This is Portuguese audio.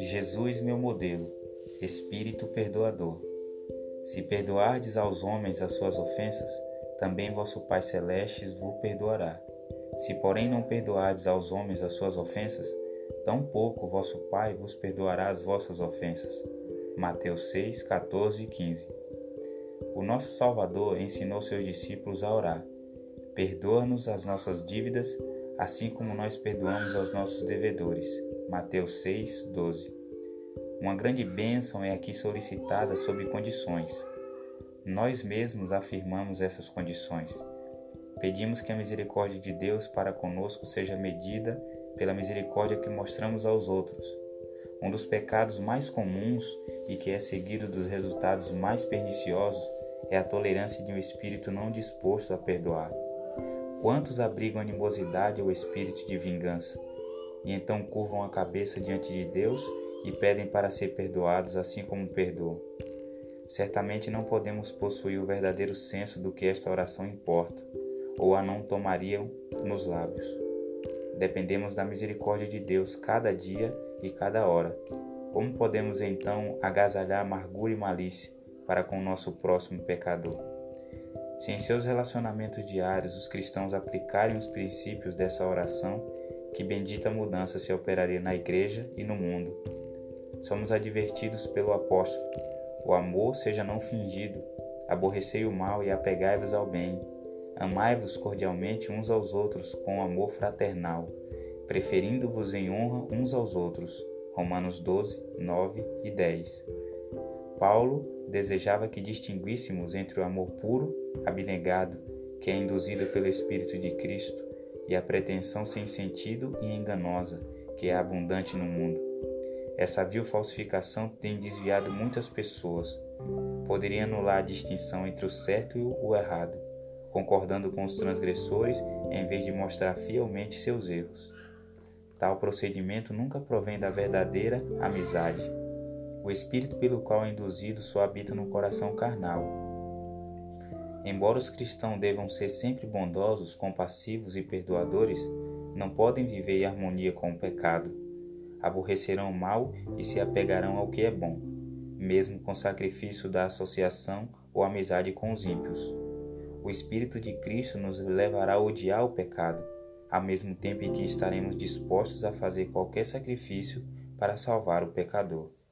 Jesus, meu modelo, Espírito perdoador. Se perdoardes aos homens as suas ofensas, também vosso Pai Celeste vos perdoará. Se, porém, não perdoardes aos homens as suas ofensas, tampouco vosso Pai vos perdoará as vossas ofensas. Mateus 6, 14 e 15. O nosso Salvador ensinou seus discípulos a orar: perdoa-nos as nossas dívidas, assim como nós perdoamos aos nossos devedores. Mateus 6, 12. Uma grande bênção é aqui solicitada sob condições. Nós mesmos afirmamos essas condições. Pedimos que a misericórdia de Deus para conosco seja medida pela misericórdia que mostramos aos outros. Um dos pecados mais comuns e que é seguido dos resultados mais perniciosos é a tolerância de um espírito não disposto a perdoar. Quantos abrigam animosidade ou espírito de vingança, e então curvam a cabeça diante de Deus e pedem para ser perdoados assim como perdoam? Certamente não podemos possuir o verdadeiro senso do que esta oração importa, ou a não tomariam nos lábios. Dependemos da misericórdia de Deus cada dia e cada hora. Como podemos então agasalhar amargura e malícia para com o nosso próximo pecador? Se em seus relacionamentos diários os cristãos aplicarem os princípios dessa oração, que bendita mudança se operaria na igreja e no mundo. Somos advertidos pelo apóstolo: o amor seja não fingido, aborrecei o mal e apegai-vos ao bem. Amai-vos cordialmente uns aos outros com amor fraternal, preferindo-vos em honra uns aos outros. Romanos 12, 9 e 10. Paulo desejava que distinguíssemos entre o amor puro, abnegado, que é induzido pelo Espírito de Cristo, e a pretensão sem sentido e enganosa, que é abundante no mundo. Essa vil falsificação tem desviado muitas pessoas. Poderia anular a distinção entre o certo e o errado, concordando com os transgressores em vez de mostrar fielmente seus erros. Tal procedimento nunca provém da verdadeira amizade. O espírito pelo qual é induzido só habita no coração carnal. Embora os cristãos devam ser sempre bondosos, compassivos e perdoadores, não podem viver em harmonia com o pecado. Aborrecerão o mal e se apegarão ao que é bom, mesmo com sacrifício da associação ou amizade com os ímpios. O Espírito de Cristo nos levará a odiar o pecado, ao mesmo tempo em que estaremos dispostos a fazer qualquer sacrifício para salvar o pecador.